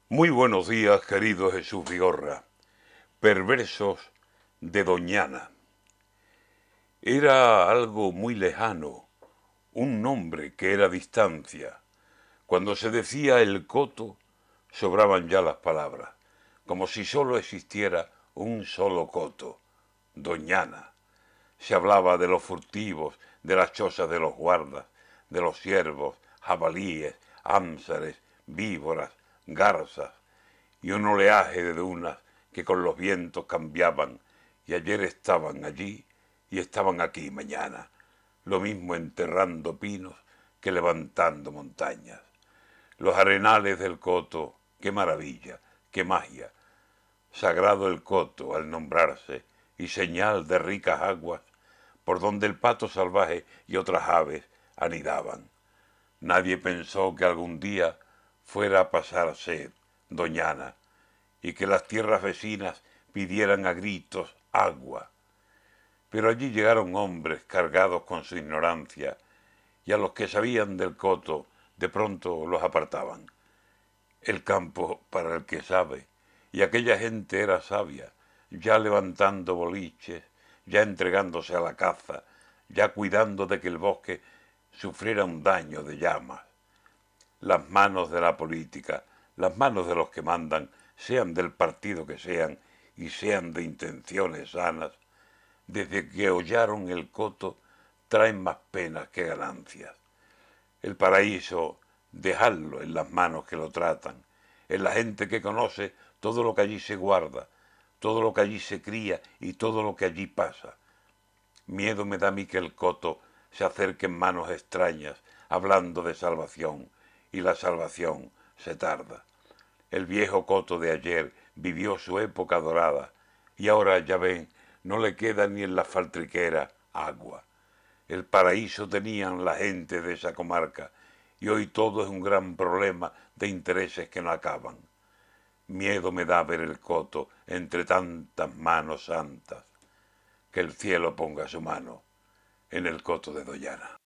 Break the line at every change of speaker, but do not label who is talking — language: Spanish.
Muy buenos días, querido Jesús Vigorra. Perversos de Doñana. Era algo muy lejano, un nombre que era distancia. Cuando se decía el coto, sobraban ya las palabras, como si sólo existiera un solo coto, Doñana. Se hablaba de los furtivos, de las chozas de los guardas, de los ciervos, jabalíes, ánsares, víboras, garzas, y un oleaje de dunas que con los vientos cambiaban, y ayer estaban allí y estaban aquí mañana, lo mismo enterrando pinos que levantando montañas. Los arenales del coto, qué maravilla, qué magia. Sagrado el coto al nombrarse y señal de ricas aguas por donde el pato salvaje y otras aves anidaban. Nadie pensó que algún día fuera a pasar sed, Doñana, y que las tierras vecinas pidieran a gritos agua. Pero allí llegaron hombres cargados con su ignorancia, y a los que sabían del coto de pronto los apartaban. El campo para el que sabe, y aquella gente era sabia, ya levantando boliches, ya entregándose a la caza, ya cuidando de que el bosque sufriera un daño de llamas. Las manos de la política, las manos de los que mandan, sean del partido que sean y sean de intenciones sanas, desde que hollaron el coto traen más penas que ganancias. El paraíso, dejadlo en las manos que lo tratan, en la gente que conoce todo lo que allí se guarda, todo lo que allí se cría y todo lo que allí pasa. Miedo me da a mí que el coto se acerque en manos extrañas, hablando de salvación, y la salvación se tarda. El viejo coto de ayer vivió su época dorada, y ahora, ya ven, no le queda ni en la faltriquera agua. El paraíso tenían la gente de esa comarca, y hoy todo es un gran problema de intereses que no acaban. Miedo me da ver el coto entre tantas manos santas. Que el cielo ponga su mano en el coto de Doñana.